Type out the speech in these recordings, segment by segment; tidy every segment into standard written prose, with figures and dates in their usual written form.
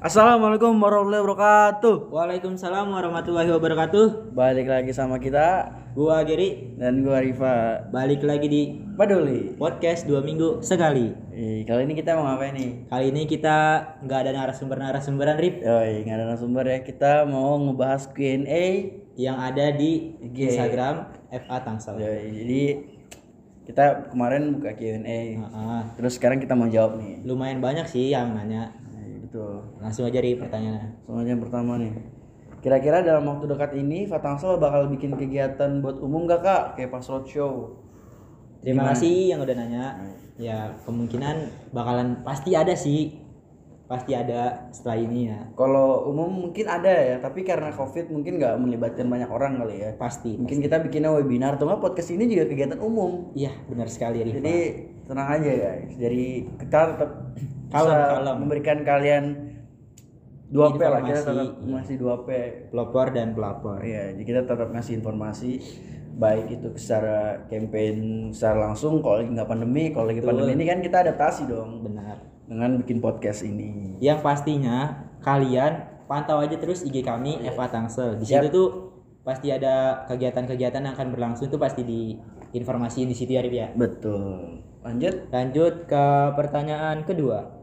Assalamualaikum warahmatullahi wabarakatuh. Waalaikumsalam warahmatullahi wabarakatuh. Balik lagi sama kita Gua Giri, dan gua Rifa. balik lagi di Peduli. podcast 2 minggu sekali. Kali ini kita mau ngapain nih? Kali ini kita nggak ada narasumberan Rip Nggak ada narasumber ya. Kita mau ngebahas Q&A. yang ada di IG. Instagram FA Tangsel. Jadi kita kemarin buka Q&A. Terus sekarang kita mau jawab nih. Lumayan banyak sih yang nanya. Betul. Langsung aja Rip pertanyaannya. Soalnya yang pertama nih. Kira-kira dalam waktu dekat ini Fatangsel bakal bikin kegiatan buat umum gak kak? Kayak pas roadshow. Terima Gimana? kasih yang udah nanya. Ya kemungkinan bakalan pasti ada sih. Pasti ada setelah ini ya. Kalau umum mungkin ada ya, tapi karena COVID mungkin nggak melibatkan banyak orang kali ya. Pasti. Mungkin kita bikinnya webinar atau nggak podcast ini juga kegiatan umum. Iya benar sekali Rip. Jadi tenang aja guys. Jadi kita tetap bisa Kalem. memberikan kalian 2P lah. Kita Informasi, tetap iya. ngasih 2P. Pelopor dan pelapor. Iya, jadi kita tetap ngasih informasi baik itu secara campaign secara langsung kalau lagi nggak pandemi. Kalau lagi Betul. pandemi ini kan kita adaptasi dong Benar. dengan bikin podcast ini. Yang pastinya kalian pantau aja terus IG kami Eva Tangsel. Di situ tuh pasti ada kegiatan-kegiatan yang akan berlangsung tuh pasti di informasi di situ ya Rip ya. Betul. Lanjut ke pertanyaan kedua.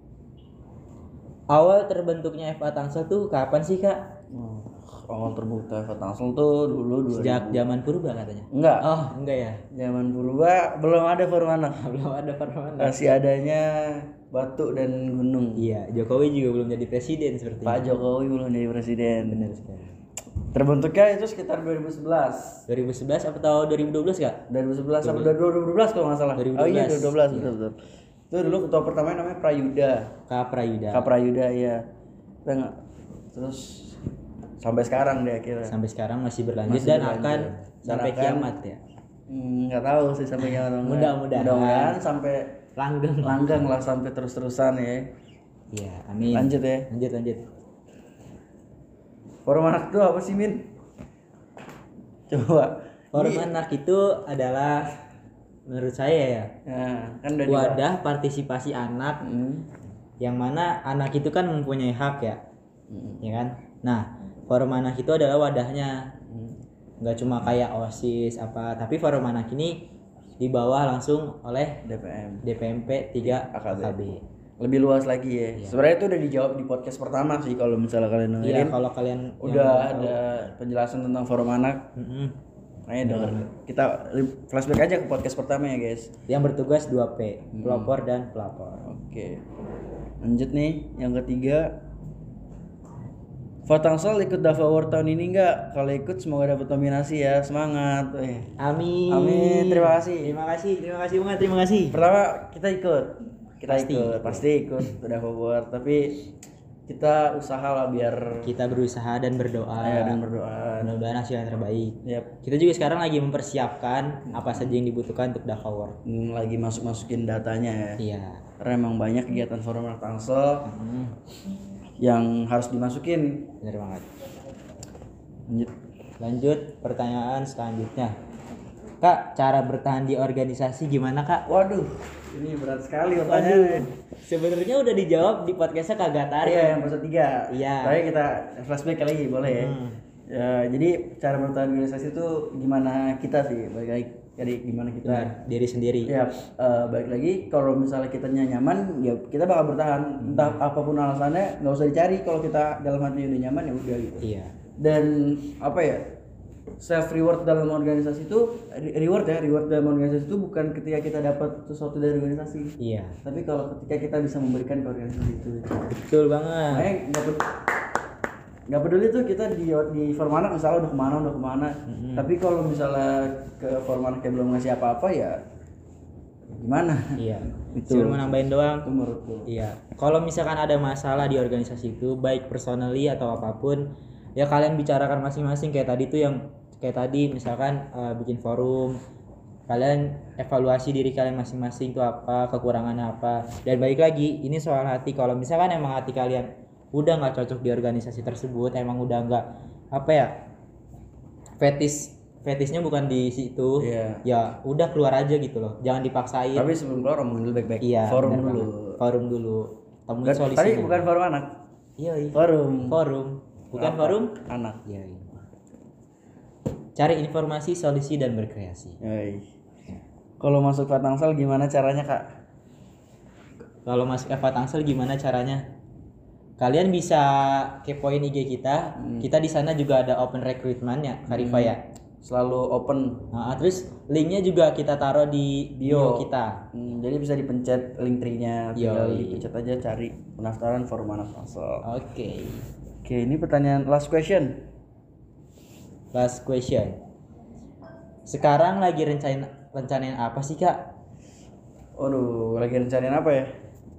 Awal terbentuknya Eva Tangsel tuh kapan sih Kak? Awal terbuka Eva Tangsel tuh dulu 2000. Sejak zaman purba katanya. Enggak. Oh, enggak ya. Zaman purba belum ada forum anak. Belum ada pertemuan. Masih adanya batu dan gunung. Iya, Jokowi juga belum jadi presiden sepertinya. Pak Jokowi belum jadi presiden. Benar sekali. Terbentuknya itu sekitar 2011. 2011 atau 2012 Kak? 2011 sampai 2012 kalau nggak salah. 2012. Oh iya 2012 betul. Itu dulu ketua pertamanya namanya Prayuda. Kak Prayuda. Kak Prayuda ya. Terus sampai sekarang deh akhirnya. Sampai sekarang masih berlanjut Masih dan berlanjut. akan Dan sampai akan- kiamat ya. Nggak tahu sih sampai kiamat. Mudah-mudahan sampai Langgeng. lah sampai terus-terusan ya. Iya, amin. Lanjut ya. Lanjut. Forum anak itu apa sih Min? Coba. Forum anak itu adalah menurut saya ya Kan udah wadah partisipasi anak yang mana anak itu kan mempunyai hak ya, ya kan? Nah, forum anak itu adalah wadahnya. Nggak cuma kayak OSIS apa, tapi forum anak ini dibawa langsung oleh DPMP 3 AKB. lebih luas lagi ya. Sebenarnya itu udah dijawab di podcast pertama sih kalau misalnya kalian Iya, dengerin. kalau kalian Udah ada penjelasan tentang forum anak. Makanya denger. Kita flashback aja ke podcast pertama ya guys. yang bertugas 2P, pelopor dan pelapor. Oke. Lanjut nih yang ketiga. Fatangsel ikut Dava Award tahun ini enggak? Kalau ikut semoga dapat nominasi ya. Semangat. Amin. Amin. Terima kasih. Terima kasih banget, terima kasih. Pertama kita ikut. Pasti ikut Dava Award, tapi kita usaha lah biar Kita berusaha dan berdoa. dan berdoa. Mudah-mudahan hasil yang terbaik. Yap. Kita juga sekarang lagi mempersiapkan apa saja yang dibutuhkan untuk Dava Award. Lagi masukin datanya ya. Iya. Karena emang banyak kegiatan forum anak Tangsel yang harus dimasukin. Benar banget. Lanjut. Lanjut pertanyaan selanjutnya. Kak, cara bertahan di organisasi gimana Kak? Waduh, ini berat sekali pertanyaannya. Sebenarnya udah dijawab di podcastnya Kak Gatari. Iya, yang episode 3. Iya. Tapi kita flashback lagi boleh ya. Ya, jadi cara bertahan organisasi itu gimana kita sih? Balik lagi dari gimana kita. Benar, diri sendiri. Ya, balik lagi kalau misalnya kita nyaman, ya kita bakal bertahan. Entah apapun alasannya, nggak usah dicari. Kalau kita dalam hati udah nyaman ya udah gitu. Iya. Dan apa ya? Self reward dalam organisasi itu reward dalam organisasi itu bukan ketika kita dapat sesuatu dari organisasi. Iya. Tapi kalau ketika kita bisa memberikan ke organisasi itu. Betul banget. Makanya nggak peduli tuh kita di Formanak misalnya udah kemana. Tapi kalau misalnya ke Formanak kayak belum ngasih apa-apa ya gimana? Iya. Itu. Cuma nambahin doang. Itu menurutku. Iya. Kalau misalkan ada masalah di organisasi itu, baik personally atau apapun, ya kalian bicarakan masing-masing kayak tadi misalkan bikin forum, kalian evaluasi diri kalian masing-masing itu apa, kekurangannya apa. Dan balik lagi, ini soal hati. Kalau misalkan emang hati kalian udah nggak cocok di organisasi tersebut, emang udah nggak apa ya, fetisnya bukan di situ, ya udah keluar aja gitu loh, jangan dipaksain. Tapi sebelum keluar ngomongin dulu baik-baik. Iya, Forum benar dulu. banget. Forum dulu, temuin Tadi solusinya. bukan forum anak. Iya. Forum. Bukan Apa? forum Anak. iya. Cari informasi, solusi dan berkreasi. Yoi. Kalau masuk Fatangsel gimana caranya, Kak? Kalau masuk Eva Tangsel gimana caranya? Kalian bisa kepoin IG kita. Kita di sana juga ada open recruitment ya, Karifa ya. Selalu open. Nah, terus linknya juga kita taruh di bio kita. Jadi bisa dipencet link tree-nya, tinggal Yoi. dipencet aja cari pendaftaran forum anak Tangsel. Oke. Oke, ini pertanyaan last question. Last question. Sekarang lagi rencanain apa sih, Kak? Waduh, lagi rencanain apa ya?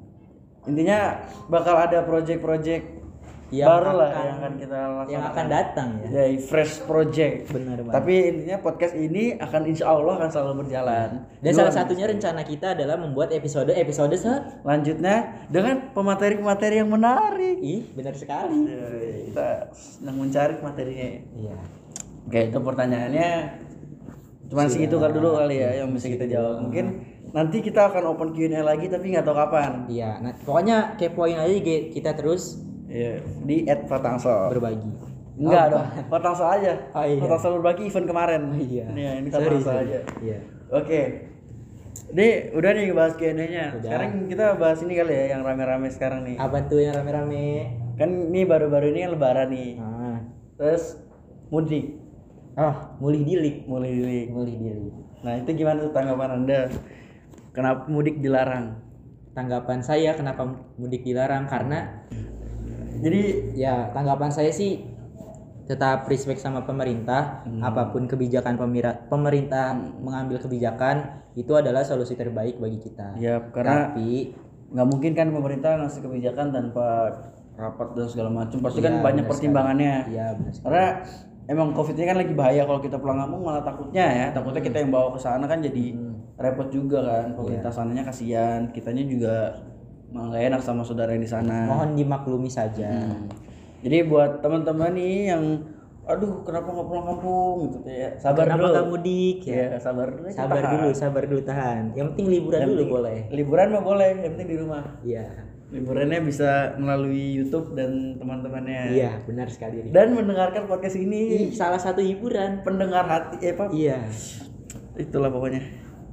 Intinya bakal ada project-project Yang baru lah akan- yang akan kita lakukan. Yang akan datang ya. Ya, fresh project. Benar banget. Tapi intinya podcast ini akan insya Allah akan selalu berjalan. Dan Dua salah satunya rencana kita adalah membuat episode selanjutnya dengan pemateri-pemateri yang menarik. Ih, benar sekali. Ya, kita sedang mencari materinya. Iya. Oke, itu pertanyaannya. Cuman segitu kan dulu kali ya yang bisa kita jawab. Mungkin nanti kita akan open Q&A lagi tapi nggak tahu kapan. Iya, nah, pokoknya kepoin aja IG kita terus Iya, di @Fatangsel. berbagi. Enggak dong, Fatangsel aja. Oh, iya. Fatangsel berbagi event kemarin. Iya. Ini Sorry, Fatangsel sorry. aja. Iya. Oke. Ini udah nih bahas Q&A-nya. Udah. Sekarang kita bahas ini kali ya yang rame-rame sekarang nih. Apa tuh yang rame-rame? Kan ini baru-baru ini kan lebaran nih. Ah. Terus mudik, Mulih dilik. mulai dilik. Mulih dilik. Nah, itu gimana tuh tanggapan Anda? Kenapa mudik dilarang? Tanggapan saya kenapa mudik dilarang karena Jadi ya tanggapan saya sih tetap respect sama pemerintah. Apapun kebijakan pemerintah mengambil kebijakan itu adalah solusi terbaik bagi kita. ya karena Tapi nggak mungkin kan pemerintah ngasih kebijakan tanpa rapat dan segala macam. Pasti Iya, kan banyak benar pertimbangannya. iya benar sekali. Karena emang COVID ini kan lagi bahaya, kalau kita pulang kampung malah takutnya takutnya kita yang bawa ke sana kan jadi repot juga kan. Pemerintah sananya kasihan, kitanya juga malah nggak enak sama saudara yang di sana. Mohon dimaklumi saja. Jadi buat teman-teman nih yang aduh kenapa nggak pulang kampung gitu ya, sabar Kenapa dulu. nggak mudik ya? Ya, sabar dulu. Sabar dulu tahan. Yang penting liburan dulu boleh. Liburan mah boleh, yang penting di rumah. Iya. Liburannya bisa melalui YouTube dan teman-temannya. Iya, benar sekali. Dan mendengarkan podcast ini. Salah satu hiburan. Pendengar hati Pak. Iya. Itulah pokoknya.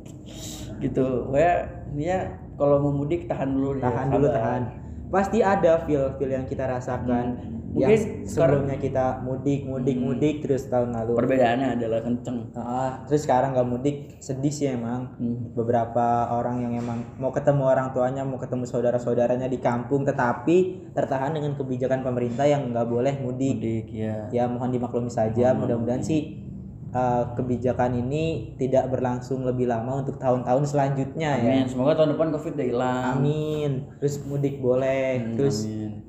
Gitu. Ini ya kalau mau mudik tahan dulu ya, Tahan dulu, sabar. tahan. Pasti ada feel yang kita rasakan. Yang Mungkin sebelumnya kita mudik terus tahun lalu. Perbedaannya adalah kenceng. Terus sekarang nggak mudik, sedih sih emang. Beberapa orang yang emang mau ketemu orang tuanya, mau ketemu saudara-saudaranya di kampung, tetapi tertahan dengan kebijakan pemerintah yang nggak boleh mudik. Mudik ya. Ya mohon dimaklumi saja. Mudah-mudahan sih kebijakan ini tidak berlangsung lebih lama untuk tahun-tahun selanjutnya ya. Amin. Semoga tahun depan COVID udah hilang. Amin. Terus mudik boleh. Terus Amin.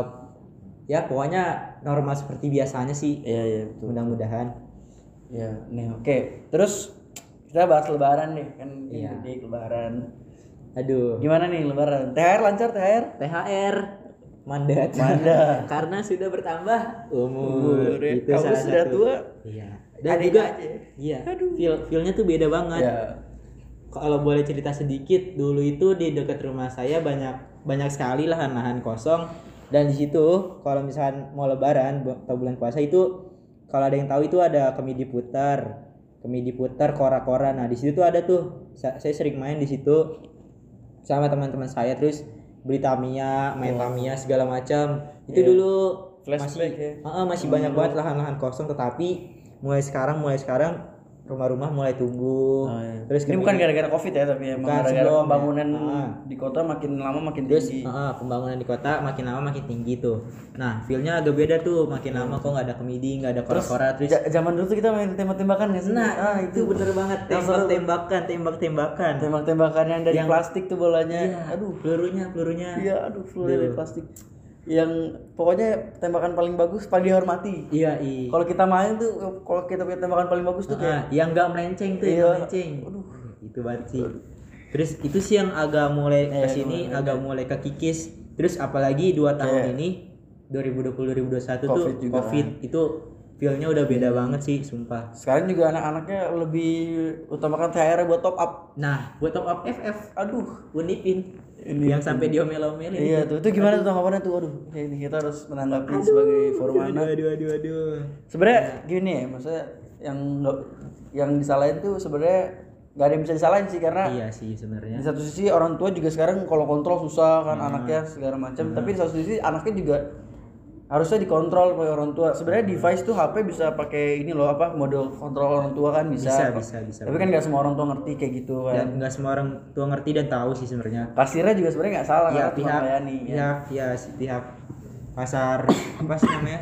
ya pokoknya normal seperti biasanya sih. Iya betul. Mudah-mudahan. Ya, nih oke. Terus kita bahas lebaran nih kan. Iya. Mudik lebaran. Aduh. Gimana nih lebaran? THR lancar THR? THR mandat. Karena sudah bertambah umur. Itu Kamu salah sudah satu. tua. Iya. Dan Adik juga aja. iya. Feelnya tuh beda banget. Ya. Kalau boleh cerita sedikit, dulu itu di dekat rumah saya banyak sekali lahan-lahan kosong, dan di situ kalau misalkan mau lebaran atau bulan puasa itu kalau ada yang tahu itu ada kemidi putar, kora-kora. Nah, di situ tuh ada tuh saya sering main di situ sama teman-teman saya, terus beli Tamiya, main Tamiya segala macam. Itu dulu Flashback masih banyak banget lahan-lahan kosong, tetapi mulai sekarang rumah-rumah mulai tumbuh. Terus ini bukan gara-gara COVID ya, tapi emang Bukan, gara-gara sebelum, pembangunan ya. di kota makin lama makin Terus tinggi. pembangunan di kota makin lama makin tinggi tuh. Nah, feelnya agak beda tuh, makin lama kok nggak ada kemidi, nggak ada kora-kora. Terus Zaman dulu tuh kita main tembak-tembakan ya. itu bener banget, tembak-tembakan. Tembak-tembakan yang dari plastik tuh bolanya. Iya, pelurunya. Iya, peluru dari plastik. Yang pokoknya tembakan paling bagus paling dihormati. Iya. Kalau kita main tuh, kalau kita punya tembakan paling bagus tuh kayak Yang nggak melenceng tuh, yang nggak melenceng. Itu banget sih. Terus itu sih yang agak mulai kesini, agak mulai kekikis. Terus apalagi 2 tahun ini 2020 2021 COVID tuh juga COVID itu feel-nya udah beda banget sih sumpah. Sekarang juga anak-anaknya lebih utamakan THR buat top up. Nah buat top up FF, Aduh, Unipin ini yang sampai diomel-omelin. iya tuh, itu gimana tuh tanggapannya tuh? Aduh, ini kita harus menanggapi sebagai forum anak. Aduh. Sebenarnya gini ya, maksudnya yang disalahin tuh sebenarnya nggak ada yang bisa disalahin sih, karena Iya sih sebenarnya. di satu sisi orang tua juga sekarang kalau kontrol susah kan anaknya segala macam, tapi di satu sisi anaknya juga harusnya dikontrol oleh orang tua. Sebenarnya device tuh HP bisa pakai ini loh, apa, model kontrol orang tua kan bisa. Bisa. Tapi kan nggak semua orang tua ngerti kayak gitu kan. Dan nggak semua orang tua ngerti dan tahu sih sebenarnya. Kasirnya juga sebenarnya nggak salah Ya karena cuma melayani, ya. pihak pasar apa sih namanya?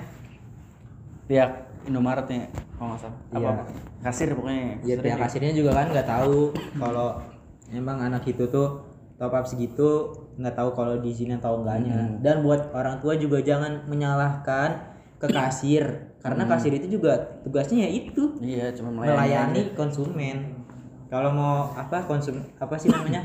Pihak Indomaretnya kalau nggak salah. Iya. Apa? Kasir pokoknya. Ya pihak kasirnya juga kan nggak tahu kalau emang anak itu tuh top up segitu, nggak tahu kalau diizinin atau enggaknya. Dan buat orang tua juga jangan menyalahkan ke kasir, karena kasir itu juga tugasnya ya itu, Iya, cuma melayani konsumen. Kalau mau apa apa sih namanya,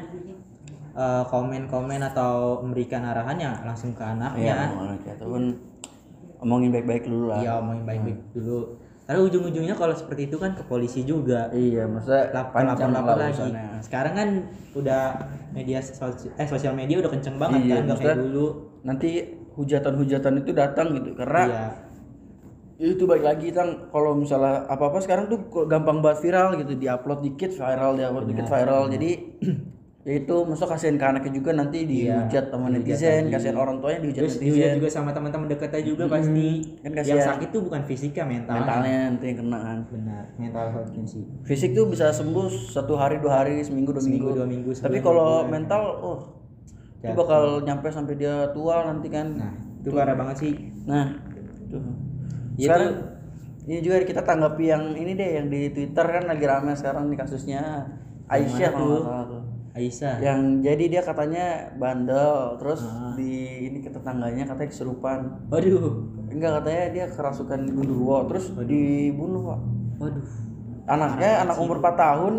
komen-komen atau memberikan arahannya langsung ke anaknya. Iya, ataupun omongin baik-baik dulu lah. Iya, omongin baik-baik dulu. Tapi ujung-ujungnya kalau seperti itu kan ke polisi juga. Iya, maksudnya panjang Lapor lah lagi. urusannya. Sekarang kan udah sosial media udah kenceng banget Iya, kan, nggak kayak maksudnya dulu. Nanti hujatan-hujatan itu datang gitu, karena Iya. itu baik lagi Tang, kalau misalnya apa-apa sekarang tuh gampang banget viral gitu, diupload dikit viral, dikit viral. Jadi ya itu maksudnya kasihan ke anaknya juga, nanti dihujat sama netizen, kasihan orang tuanya dihujat Terus netizen. dihujat juga sama teman-teman dekatnya juga pasti. Kan Yang kasihan. sakit tuh bukan fisika, Mentalnya nanti yang kena kan. Benar, mental health-nya sih. Fisik tuh bisa sembuh 1 hari 2 hari, seminggu 2 minggu. 2 minggu. Tapi sebulan, kalau 2 bulan. mental, itu bakal nyampe sampai dia tua nanti kan. Nah, itu parah banget sih. Nah, tuh. Ya Sekarang ini juga kita tanggapi yang ini deh, yang di Twitter kan lagi rame sekarang nih kasusnya Aisyah mana kalau tuh? nggak salah tuh. Aisyah. Yang jadi dia katanya bandel, terus di ini ke tetangganya katanya kesurupan. Waduh. Enggak, katanya dia kerasukan gundurwo terus dibunuh, Pak. Waduh. Anaknya anak umur 4 tahun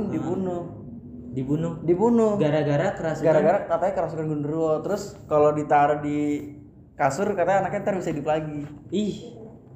dibunuh. Gara-gara kerasukan. Gara-gara katanya kerasukan gundurwo, terus kalau ditaruh di kasur katanya anaknya ntar bisa hidup lagi. Ih.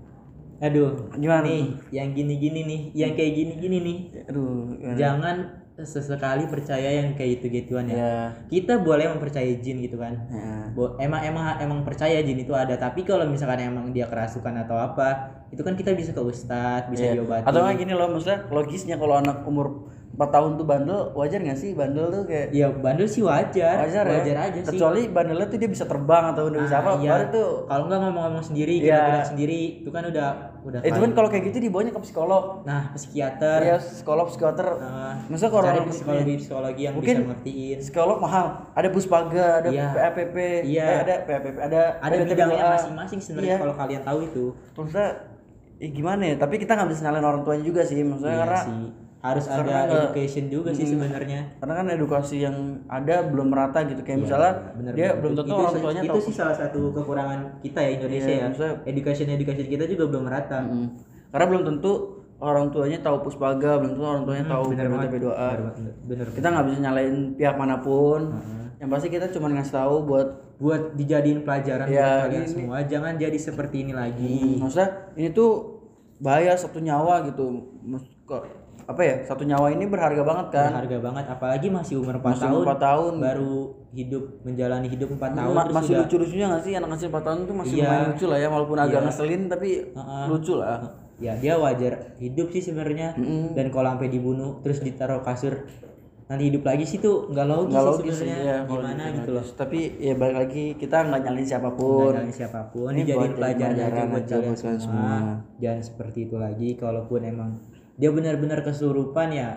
Aduh. Gimana nih? Yang gini-gini nih, yang kayak gini-gini nih. Aduh, gimana? Jangan sesekali percaya yang kayak gitu-gituan ya. Ya. Kita boleh mempercayai jin gitu kan. Ya. Emang percaya jin itu ada, tapi kalau misalkan emang dia kerasukan atau apa, itu kan kita bisa ke ustadz, bisa Iya. diobati. Atau nggak gini loh, maksudnya logisnya kalau anak umur 4 tahun tuh bandel, wajar nggak sih bandel tuh kayak Ya bandel sih wajar wajar ya? aja sih. Kecuali bandelnya tuh dia bisa terbang atau udah bisa apa, Iya. baru tuh Kalau nggak ngomong-ngomong sendiri, Iya. gerak sendiri, itu kan udah itu kan kalau kayak gitu dibawanya ke psikolog. Nah, psikiater. Iya, psikiater. Maksudnya kalau Cari orang psikologi yang mungkin bisa ngertiin. psikolog mahal. Ada Puspaga, ada Iya. PAPP, Iya. ada PAPP, ada bidangnya PTBA. masing-masing sebenarnya Iya. kalau kalian tahu itu. Maksudnya gimana ya? Tapi kita nggak bisa nyalain orang tuanya juga sih, maksudnya Iya karena sih. Harus karena ada nggak- education juga sih sebenarnya. karena kan edukasi yang ada belum merata gitu, kayak misalnya Bener, dia bener. belum tentu Itu orang tuanya itu tahu. sih salah satu kekurangan kita ya Indonesia Iya, ya. maksudnya- Education kita juga belum merata. Karena belum tentu orang tuanya tahu Puspaga, belum tentu orang tuanya tahu bener banget. PTP2A. Bener. Kita nggak bisa nyalain pihak manapun. Yang pasti kita cuma ngasih tahu Buat dijadiin pelajaran Ya, buat kalian ini- semua, jangan jadi seperti ini lagi. maksudnya ini tuh bahaya, satu nyawa gitu. Apa ya, satu nyawa ini berharga banget kan. Berharga banget, apalagi masih umur 4 Masih tahun. 4 tahun. Baru menjalani hidup 4 tahun terus Masih udah lucu-lucunya nggak sih anak kecil 4 tahun tuh masih Iya. lumayan lucu lah ya, walaupun agak ngeselin tapi lucu lah. ya dia wajar hidup sih sebenarnya. Dan kalau sampai dibunuh terus ditaruh kasur nanti hidup lagi sih tuh nggak logis, Nggak sih logis sih sebenarnya. ya, kalau Gimana gitu gitu loh. Tapi ya balik lagi kita nggak nyalain siapapun. Nggak nyalain siapapun, Ini dijadiin buat pelajaran aja pelajaran buat aja kalian buat kalian semua. Jangan seperti itu lagi. Kalaupun emang dia benar-benar kesurupan ya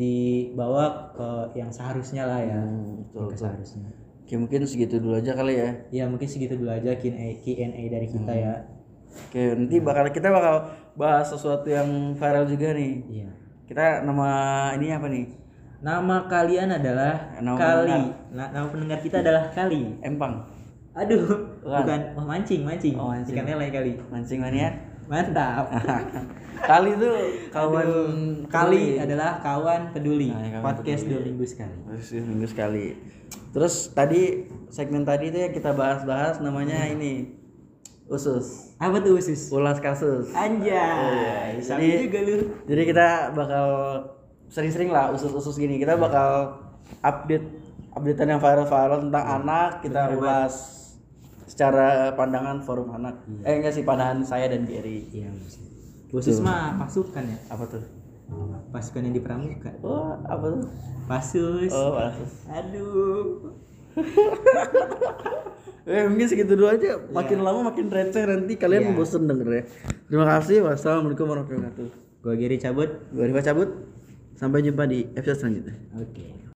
dibawa ke yang seharusnya lah ya. Betul, Yang seharusnya. Oke, mungkin segitu dulu aja kali ya. Ya mungkin segitu dulu aja Q&A dari kita ya. Oke, nanti kita bakal bahas sesuatu yang viral juga nih. Iya. Kita nama ini apa nih? Nama kalian adalah Nama Kali. Nama pendengar kita adalah Kali. Empang. Aduh, Bukan. bukan. Oh, mancing. Oh, mancing. Ikan lele Kali. Mancing mania. Mantap. Kali tuh kawan Kali adalah kawan peduli. Nah, kawan Podcast 2 minggu sekali. Minggu sekali. Terus tadi segmen tadi tuh yang kita bahas-bahas namanya ini Usus. Apa tuh usus? Ulas kasus. Anjay, sama Jadi- juga lu. Jadi kita bakal sering-sering lah usus-usus gini. Kita bakal updatean yang viral-viral tentang anak, kita Bener ulas secara pandangan forum anak. Enggak sih, pandangan saya dan Gary. Iya, usus mah pasukan ya. Apa tuh? Pasukan yang di pramuka. Oh, apa tuh? Pasus. Oh, kasus. Aduh. Mungkin segitu dulu aja. Makin lama makin receh, nanti kalian Iya. bosen denger ya. Terima kasih. Wassalamualaikum warahmatullahi wabarakatuh. Gua Giri cabut. Gue Rifa cabut. Sampai jumpa di episode selanjutnya. Oke.